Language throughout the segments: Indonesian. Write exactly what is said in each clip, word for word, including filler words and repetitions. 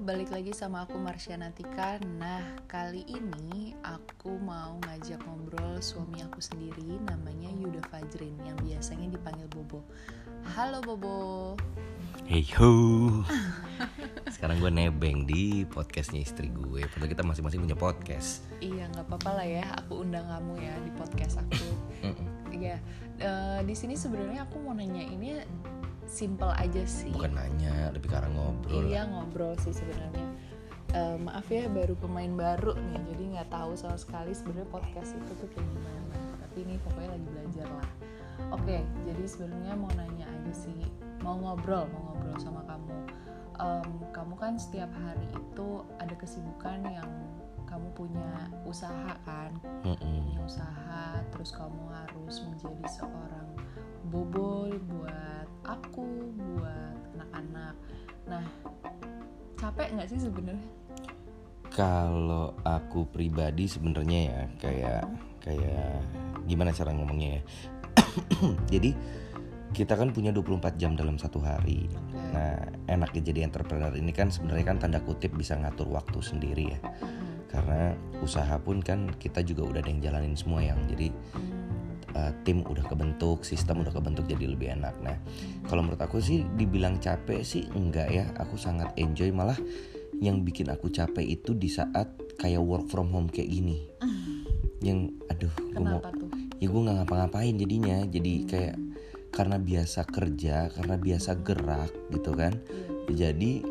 balik lagi sama aku Marsha Natika. Nah, kali ini aku mau ngajak ngobrol suami aku sendiri, namanya Yuda Fajrin, yang biasanya dipanggil Bobo. Halo Bobo. Hey ho. Sekarang gue nebeng di podcastnya istri gue. Padahal kita masing-masing punya podcast. Iya, nggak apa-apa lah ya. Aku undang kamu ya di podcast aku. Iya. uh, di sini sebenarnya aku mau nanya ini simple aja sih. Bukan nanya, lebih karena ngobrol. Iya, ngobrol sih sebenarnya. Uh, maaf ya, baru pemain baru nih, jadi nggak tahu sama sekali sebenarnya podcast itu tuh kayak gimana. Tapi ini pokoknya lagi belajar lah. Oke, jadi sebenarnya mau nanya aja sih, mau ngobrol, mau ngobrol sama kamu. Um, kamu kan setiap hari itu ada kesibukan yang kamu punya usaha kan, Mm-mm. punya usaha, terus kamu harus menjadi seorang bobo buat aku, buat anak-anak. Nah, capek nggak sih sebenarnya? Kalau aku pribadi sebenarnya ya kayak kayak gimana cara ngomongnya ya. Jadi kita kan punya dua puluh empat jam dalam satu hari. Okay. Nah, enaknya jadi entrepreneur ini kan sebenarnya kan tanda kutip bisa ngatur waktu sendiri ya. Mm-hmm. Karena usaha pun kan kita juga udah ada yang jalanin semua yang jadi uh, tim udah kebentuk, sistem udah kebentuk jadi lebih enak. Nah, kalau menurut aku sih dibilang capek sih enggak ya. Aku sangat enjoy, malah yang bikin aku capek itu di saat kayak work from home kayak gini. Yang aduh, gue mau Kenapa tuh? ya gue nggak ngapa-ngapain jadinya. Jadi kayak karena biasa kerja, karena biasa gerak gitu kan. Iya. Jadi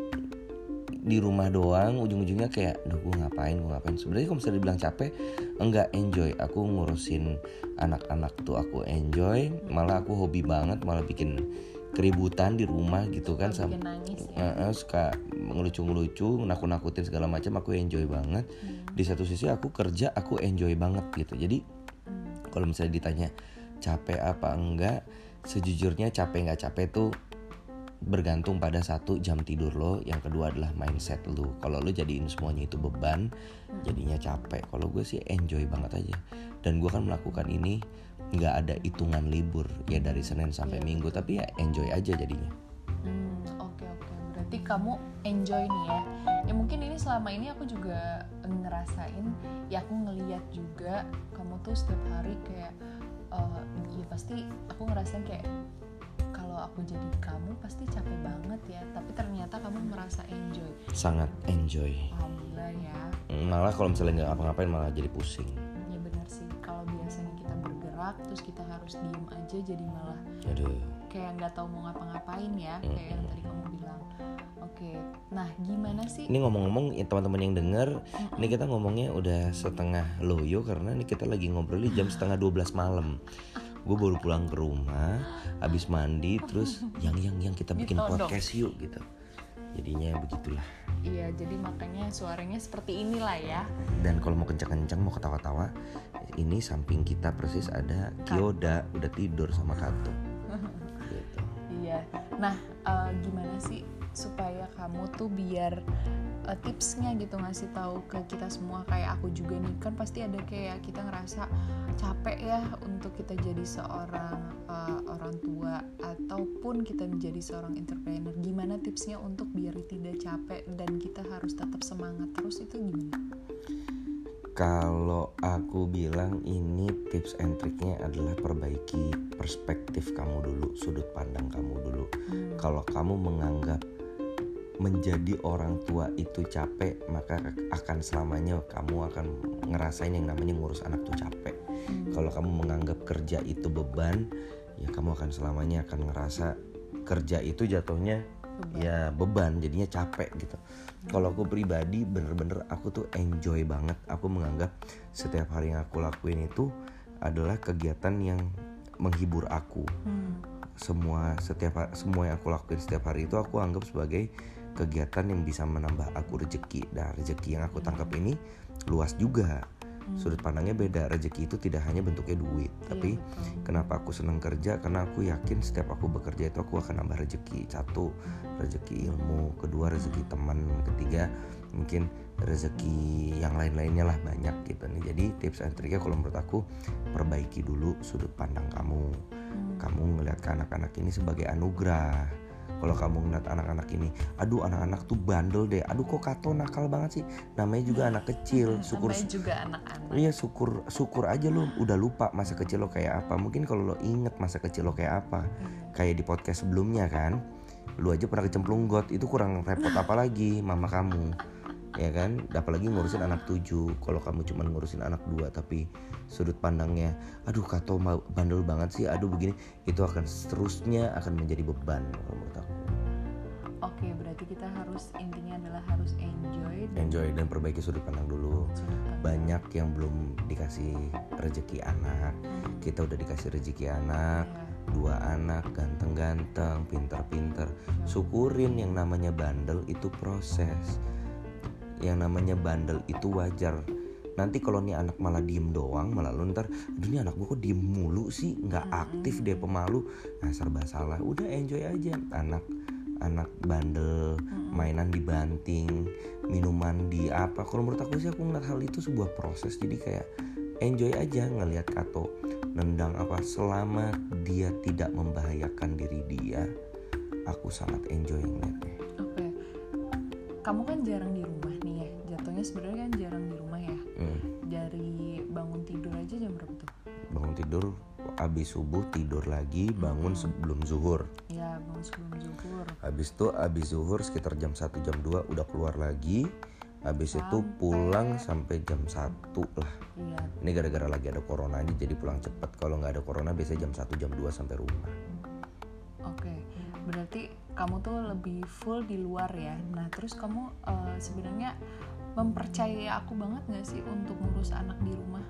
di rumah doang, ujung-ujungnya kayak, aduh gue ngapain, gue ngapain. Sebenarnya kalau misalnya dibilang capek, enggak, enjoy. Aku ngurusin anak-anak tuh aku enjoy, malah aku hobi banget, malah bikin keributan di rumah gitu kan, Suka sama bikin nangis ya. uh, uh, suka ngelucu-ngelucu, nakut-nakutin segala macam, aku enjoy banget. Hmm. Di satu sisi aku kerja, aku enjoy banget gitu. Jadi Hmm. kalau misalnya ditanya capek apa enggak, sejujurnya capek nggak capek tuh bergantung pada satu jam tidur lo, yang kedua adalah mindset lo. Kalau lo jadiin semuanya itu beban, jadinya capek. Kalau gue sih enjoy banget aja. Dan gue kan melakukan ini nggak ada hitungan libur ya, dari Senin sampai Iya. Minggu, tapi ya enjoy aja jadinya. Hmm, oke oke. Berarti kamu enjoy nih ya. Ya mungkin ini selama ini aku juga ngerasain, ya aku ngeliat juga kamu tuh setiap hari kayak, uh, ya pasti aku ngerasain kayak kalau aku jadi kamu pasti capek banget ya. Tapi ternyata kamu merasa enjoy. Sangat enjoy. Alhamdulillah ya. Malah kalau misalnya nggak ngapa-ngapain malah jadi pusing. Ya benar sih. Kalau biasanya kita bergerak terus kita harus diem aja, jadi malah Aduh. kayak nggak tahu mau ngapa-ngapain ya, Hmm. kayak yang tadi kamu bilang. Oke, nah gimana sih? Ini ngomong-ngomong ya, teman-teman yang denger, ini kita ngomongnya udah setengah loyo karena ini kita lagi ngobrol di jam setengah dua belas malam. Gue baru pulang ke rumah, habis mandi, terus yang yang yang kita bikin Ditodong. podcast yuk gitu. Jadinya begitulah. Iya, jadi makanya suaranya seperti inilah ya. Dan kalau mau kencang-kencang, mau ketawa-tawa, ini samping kita persis ada Kyoda udah tidur sama Kato. Gitu. Iya. Nah, uh, gimana sih supaya kamu tuh biar uh, tipsnya gitu ngasih tahu ke kita semua, kayak aku juga nih, kan pasti ada kayak kita ngerasa capek ya untuk kita jadi seorang uh, orang tua ataupun kita menjadi seorang entrepreneur. Gimana tipsnya untuk biar tidak capek dan kita harus tetap semangat terus, itu gimana? Kalau aku bilang ini tips and triknya adalah perbaiki perspektif kamu dulu, sudut pandang kamu dulu. Hmm. Kalau kamu menganggap menjadi orang tua itu capek, maka akan selamanya kamu akan ngerasain yang namanya ngurus anak tuh capek. Hmm. Kalau kamu menganggap kerja itu beban, ya kamu akan selamanya akan ngerasa kerja itu jatuhnya Beban. ya beban, jadinya capek gitu. Hmm. Kalau aku pribadi bener-bener aku tuh enjoy banget. Aku menganggap setiap hari yang aku lakuin itu adalah kegiatan yang menghibur aku. Hmm. Semua setiap semua yang aku lakuin setiap hari itu aku anggap sebagai kegiatan yang bisa menambah aku rezeki. Dan rezeki yang aku tangkap ini luas juga. Sudut pandangnya beda. Rezeki itu tidak hanya bentuknya duit, Iya, tapi betul. kenapa aku senang kerja? Karena aku yakin setiap aku bekerja itu aku akan nambah rezeki. Satu, rezeki ilmu. Kedua, rezeki teman. Ketiga, mungkin rezeki yang lain-lainnya lah, banyak gitu nih. Jadi tips and triknya kalau menurut aku, perbaiki dulu sudut pandang kamu. Hmm. Kamu ngelihat ke anak-anak ini sebagai anugerah. Kalau kamu ngeliat anak-anak ini, aduh anak-anak tuh bandel deh, aduh kok Kato nakal banget sih, namanya juga anak kecil. Syukur namanya juga anak-anak. Iya, syukur syukur aja lo udah lupa masa kecil lo kayak apa. Mungkin kalau lo inget masa kecil lo kayak apa, hmm. kayak di podcast sebelumnya kan, lo aja pernah kecemplung got, itu kurang repot apa lagi mama kamu, ya kan? Apalagi ngurusin anak tujuh. Kalau kamu cuma ngurusin anak dua tapi sudut pandangnya, aduh Kato bandel banget sih, aduh begini, itu akan seterusnya akan menjadi beban menurut aku. Oke, berarti kita harus, intinya adalah harus enjoy dan, enjoy dan perbaiki sudut pandang dulu. Sudut pandang. Banyak yang belum dikasih rezeki anak, hmm. kita udah dikasih rezeki anak, yeah. dua anak ganteng-ganteng, pintar-pintar. Yeah. Syukurin, yang namanya bandel itu proses. Yang namanya bandel itu wajar. Nanti kalau nih anak malah diem doang, malah lu ntar, aduh nih anak gue kok diem mulu sih, nggak aktif deh, pemalu, nah serba salah. Udah enjoy aja. Anak anak bandel, mainan dibanting, minuman di apa. Kalau menurut aku sih, aku ngeliat hal itu sebuah proses. Jadi kayak enjoy aja ngelihat Kato nendang apa, selama dia tidak membahayakan diri dia, aku sangat enjoy ngeliatnya. Oke, kamu kan jarang di rumah nih ya, jatuhnya sebenarnya kan jarang di rumah ya. Hmm. Dari bangun tidur aja jam berapa tuh? Bangun tidur abis subuh, tidur lagi, bangun hmm. sebelum zuhur. Iya, bangun sebelum zuhur. Habis itu abis zuhur sekitar jam satu jam dua udah keluar lagi. Habis sampai... itu pulang sampai jam satu lah. Iya. Ini gara-gara lagi ada corona aja jadi pulang cepat. Kalau nggak ada corona biasanya jam satu jam dua sampai rumah. Oke, berarti kamu tuh lebih full di luar ya. Nah terus kamu uh, sebenarnya mempercayai aku banget nggak sih untuk ngurus anak di rumah?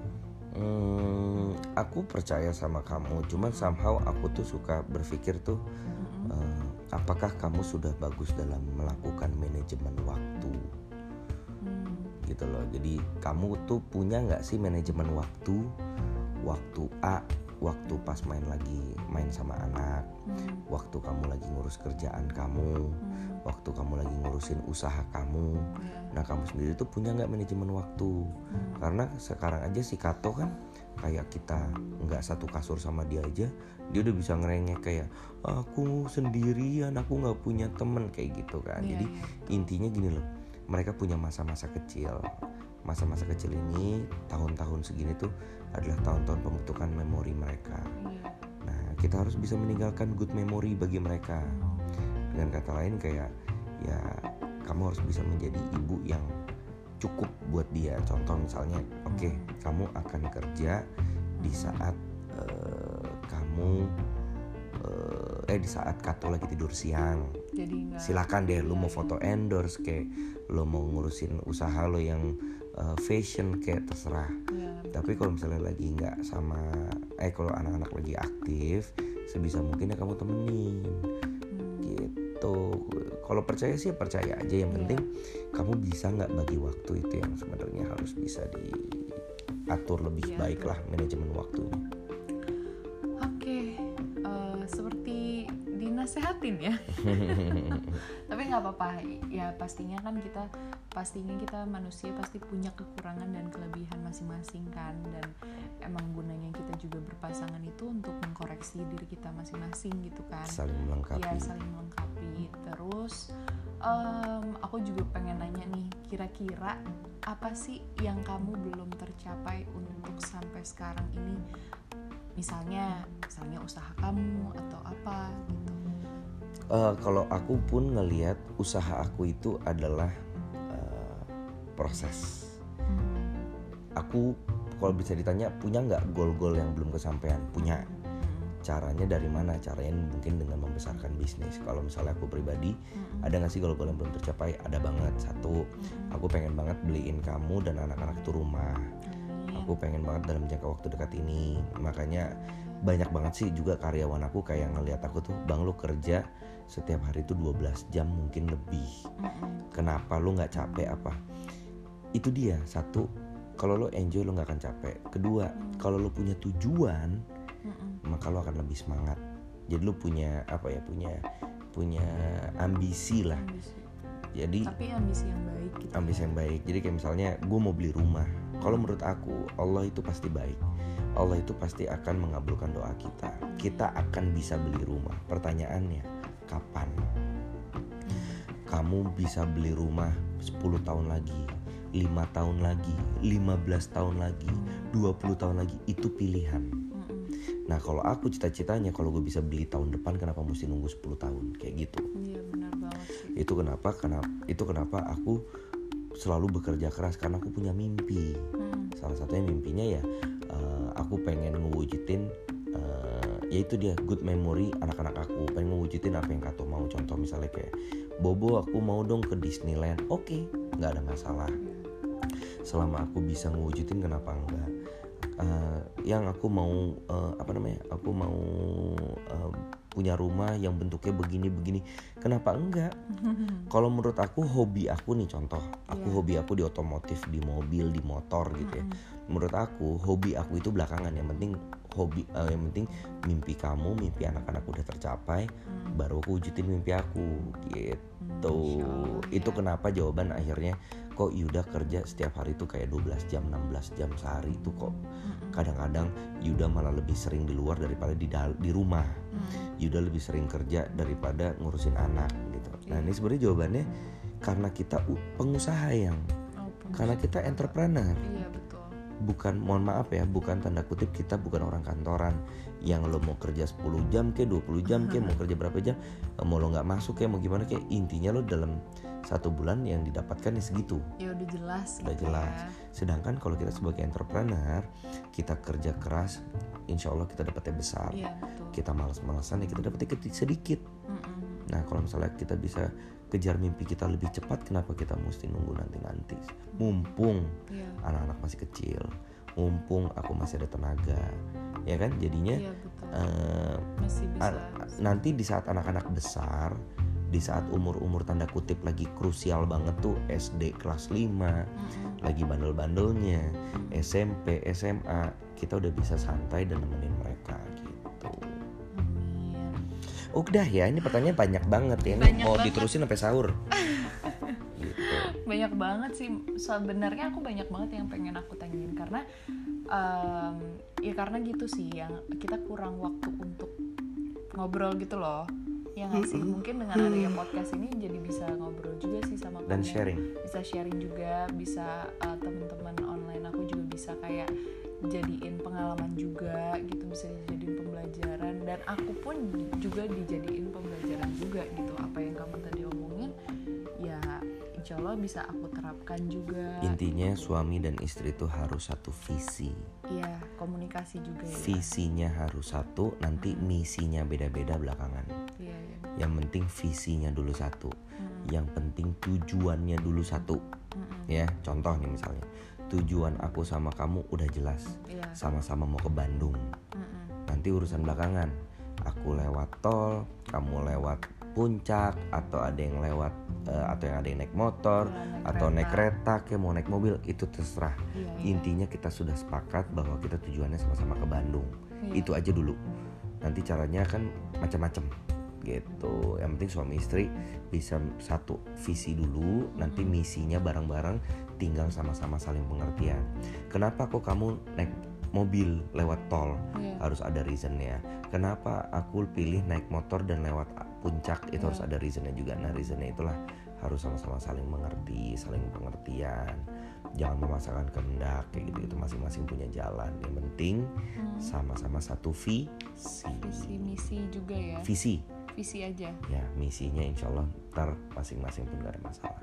Hmm, aku percaya sama kamu, cuman somehow aku tuh suka berpikir tuh, mm-hmm. uh, apakah kamu sudah bagus dalam melakukan manajemen waktu, mm. gitu loh. Jadi kamu tuh punya nggak sih manajemen waktu, waktu A, waktu pas main lagi main sama anak, mm. waktu kamu lagi ngurus kerjaan kamu, mm. waktu kamu lagi ngurusin usaha kamu. Yeah. Nah kamu sendiri tuh punya nggak manajemen waktu? Hmm. Karena sekarang aja si Kato kan kayak kita nggak satu kasur sama dia aja, dia udah bisa ngerengek kayak aku sendirian, aku nggak punya temen kayak gitu kan. Yeah, Jadi yeah. intinya gini loh, mereka punya masa-masa kecil. Masa-masa kecil ini, tahun-tahun segini tuh adalah tahun-tahun pembentukan memori mereka. Yeah. Nah kita harus bisa meninggalkan good memory bagi mereka. Dengan kata lain kayak ya, kamu harus bisa menjadi ibu yang cukup buat dia. Contoh misalnya, oke, okay, kamu akan kerja di saat uh, kamu uh, eh di saat Kato lagi tidur siang. Jadi enggak, silakan deh, lu mau foto endorse kayak, lu mau ngurusin usaha lo yang uh, fashion kayak terserah. Ya, tapi kalau misalnya lagi nggak sama, eh kalau anak-anak lagi aktif, sebisa mungkin ya kamu temenin. Tuh, kalau percaya sih percaya aja, yang penting yeah. kamu bisa nggak bagi waktu, itu yang sebenarnya harus bisa diatur lebih yeah. baik lah manajemen waktunya. Oke, okay. uh, seperti dinasehatin ya. Tapi nggak apa-apa ya, pastinya kan kita pastinya kita manusia pasti punya kekurangan dan kelebihan masing-masing kan, dan emang gunanya kita juga berpasangan itu untuk mengkoreksi diri kita masing-masing gitu kan, saling melengkapi. Ya saling melengkapi. Terus um, aku juga pengen nanya nih, kira-kira apa sih yang kamu belum tercapai untuk sampai sekarang ini? Misalnya, misalnya usaha kamu atau apa gitu. Uh, kalau aku pun ngelihat usaha aku itu adalah uh, proses. Hmm. Aku kalau bisa ditanya punya nggak goal-goal yang belum kesampaian? Punya. Caranya dari mana? Caranya mungkin dengan membesarkan bisnis. Kalau misalnya aku pribadi, mm-hmm. ada nggak sih goal-goal yang belum tercapai? Ada banget. Satu, mm-hmm. aku pengen banget beliin kamu dan anak-anak itu rumah. Mm-hmm. Aku pengen banget dalam jangka waktu dekat ini. Makanya banyak banget sih juga karyawan aku kayak ngelihat aku tuh, bang lu kerja setiap hari tuh dua belas jam mungkin lebih. Mm-hmm. Kenapa lu nggak capek apa? Itu dia. Satu, kalau lu enjoy lu nggak akan capek. Kedua, mm-hmm. kalau lu punya tujuan, mm-mm. maka lo akan lebih semangat. Jadi lo punya apa ya, punya punya ambisi lah. Ambisi. Jadi tapi ambisi yang baik gitu. Ambisi yang baik. Jadi kayak misalnya gue mau beli rumah. Kalau menurut aku Allah itu pasti baik. Allah itu pasti akan mengabulkan doa kita. Kita akan bisa beli rumah. Pertanyaannya, kapan. Kamu bisa beli rumah sepuluh tahun lagi, lima tahun lagi, lima belas tahun lagi, dua puluh tahun lagi, itu pilihan. Nah kalau aku cita-citanya kalau gue bisa beli tahun depan, kenapa mesti nunggu sepuluh tahun kayak gitu. Iya benar banget sih. Itu kenapa karena itu kenapa aku selalu bekerja keras, karena aku punya mimpi. Hmm. Salah satunya mimpinya ya uh, aku pengen ngewujudin uh, yaitu dia good memory anak-anak aku. Pengen ngewujudin apa yang Kato mau. Contoh misalnya kayak Bobo, aku mau dong ke Disneyland. Oke, okay, nggak ada masalah. Selama aku bisa ngewujudin, kenapa enggak? Uh, yang aku mau uh, apa namanya? Aku mau uh, punya rumah yang bentuknya begini-begini. Kenapa enggak? Kalau menurut aku hobi aku nih, contoh, aku yeah. hobi aku di otomotif, di mobil, di motor gitu ya. Menurut aku hobi aku itu belakangan. Yang penting hobi, uh, yang penting mimpi kamu, mimpi anak-anak udah tercapai, hmm. baru aku wujudin mimpi aku gitu. Hmm, itu yeah. Kenapa jawaban akhirnya kok Yuda kerja setiap hari tuh kayak dua belas jam, enam belas jam sehari itu kok kadang-kadang Yuda malah lebih sering di luar daripada di dal- di rumah. Hmm. Yuda lebih sering kerja daripada ngurusin anak gitu. Yeah. Nah, ini sebenarnya jawabannya karena kita pengusaha yang oh, pengusaha. Karena kita entrepreneur. Iya, betul. Bukan, mohon maaf ya, bukan tanda kutip kita bukan orang kantoran yang lo mau kerja sepuluh jam ke dua puluh jam ke mau kerja berapa jam, mau lo nggak masuk ke mau gimana ke, intinya lo dalam satu bulan yang didapatkan ya segitu. Ya udah jelas. Udah gitu jelas. Ya. Sedangkan kalau kita sebagai entrepreneur, kita kerja keras, insya Allah kita dapatnya besar. Ya, betul. Kita malas-malasan ya kita dapatnya sedikit. Mm-mm. Nah kalau misalnya kita bisa kejar mimpi kita lebih cepat, kenapa kita mesti nunggu nanti-nanti? Mumpung ya. Anak-anak masih kecil, mumpung aku masih ada tenaga, ya kan? Jadinya ya, uh, masih bisa. A- nanti di saat anak-anak besar, di saat umur-umur tanda kutip lagi krusial banget tuh, S D kelas lima, mm-hmm. lagi bandel-bandelnya, S M P, S M A, kita udah bisa santai dan nemenin mereka gitu. Udah ya, ini pertanyaan banyak banget ya, banyak mau banget. Diterusin sampai sahur. Gitu. Banyak banget sih, sebenarnya aku banyak banget yang pengen aku tanyain karena um, ya karena gitu sih, yang kita kurang waktu untuk ngobrol gitu loh. Ya nggak sih, mungkin dengan adanya podcast ini jadi bisa ngobrol juga sih sama dan kamu. sharing. Bisa sharing juga, bisa uh, teman-teman online aku juga bisa kayak jadiin pengalaman juga gitu, bisa dijadiin pembelajaran, dan aku pun juga dijadiin pembelajaran juga gitu. Apa yang kamu tadi omongin ya insya Allah bisa aku terapkan juga. Intinya suami dan istri itu harus satu visi. Iya, komunikasi juga ya. Visinya harus satu, nanti hmm. misinya beda-beda belakangan. Iya, iya. Yang penting visinya dulu satu. Hmm. Yang penting tujuannya dulu satu. Hmm. Ya, contoh nih misalnya, tujuan aku sama kamu udah jelas. Iya. Sama-sama mau ke Bandung. Hmm. Nanti urusan belakangan. Aku lewat tol, kamu lewat puncak, atau ada yang lewat uh, atau yang ada yang naik motor, ya, naik atau kereta. naik kereta, kayak mau naik mobil, itu terserah. Ya, ya. Intinya kita sudah sepakat bahwa kita tujuannya sama-sama ke Bandung. Ya. Itu aja dulu. Nanti caranya kan macam-macam gitu. Yang penting suami istri bisa satu visi dulu, nanti misinya bareng-bareng, tinggal sama-sama saling pengertian. Kenapa kok kamu naik mobil lewat tol? Yeah. Harus ada reasonnya. Kenapa aku pilih naik motor dan lewat puncak? Itu yeah. harus ada reasonnya juga. Nah reasonnya itulah harus sama-sama saling mengerti, saling pengertian. Jangan memaksakan kehendak kayak gitu-gitu, masing-masing punya jalan. Yang penting hmm. sama-sama satu visi. Visi misi juga ya. Visi. Visi aja. Ya misinya insya Allah ntar masing-masing pun gak ada masalah.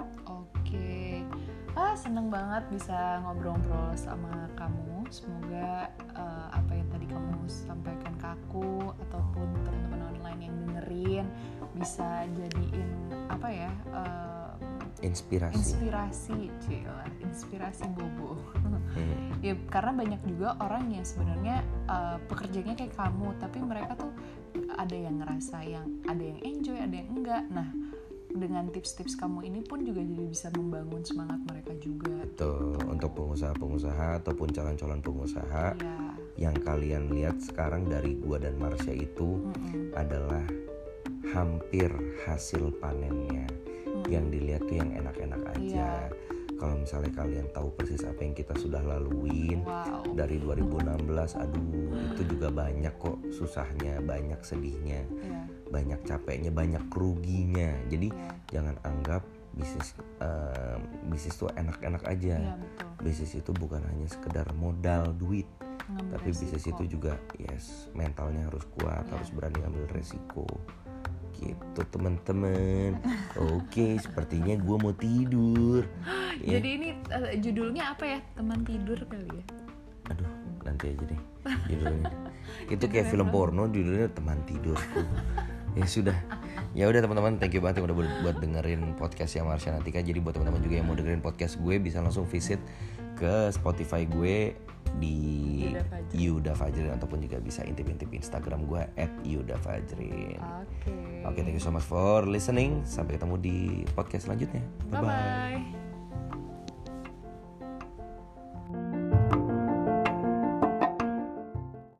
Oke. Ah seneng banget bisa ngobrol-ngobrol sama kamu. Semoga uh, apa yang tadi kamu sampaikan ke aku ataupun teman-teman online yang dengerin bisa jadiin apa ya uh, inspirasi inspirasi cila inspirasi Bobo. hmm. Ya karena banyak juga orang yang sebenarnya uh, pekerjaannya kayak kamu, tapi mereka tuh ada yang ngerasa yang ada yang enjoy, ada yang enggak. Nah dengan tips-tips kamu ini pun juga jadi bisa membangun semangat mereka juga. Tuh, untuk pengusaha-pengusaha ataupun calon-calon pengusaha ya. Yang kalian lihat sekarang dari gua dan Marsha itu mm-mm. adalah hampir hasil panennya. Mm. Yang dilihat tuh yang enak-enak aja. Ya. Kalau misalnya kalian tahu persis apa yang kita sudah laluin wow. dari dua ribu enam belas, aduh itu juga banyak kok susahnya, banyak sedihnya, yeah. banyak capeknya, banyak ruginya. Jadi yeah. jangan anggap bisnis uh, bisnis itu enak-enak aja. yeah, betul. Bisnis itu bukan hanya sekedar modal duit, ngambil tapi resiko. bisnis itu juga yes mentalnya harus kuat, yeah. harus berani ambil resiko. Gitu teman-teman. Oke, sepertinya gue mau tidur. Ya. Jadi ini uh, judulnya apa ya? Teman tidur kali ya? Aduh, nanti aja deh judulnya. Itu kayak film porno, judulnya Teman Tidur. Ya sudah. Ya udah teman-teman, thank you banget yang udah buat, buat dengerin podcast yang Marsha Natika. Jadi buat teman-teman juga yang mau dengerin podcast gue, bisa langsung visit ke Spotify gue di Yuda Fajrin, ataupun juga bisa intip-intip Instagram gue at Yuda Fajrin. Oke. Oke, thank you so much for listening. Sampai ketemu di podcast selanjutnya. Bye bye.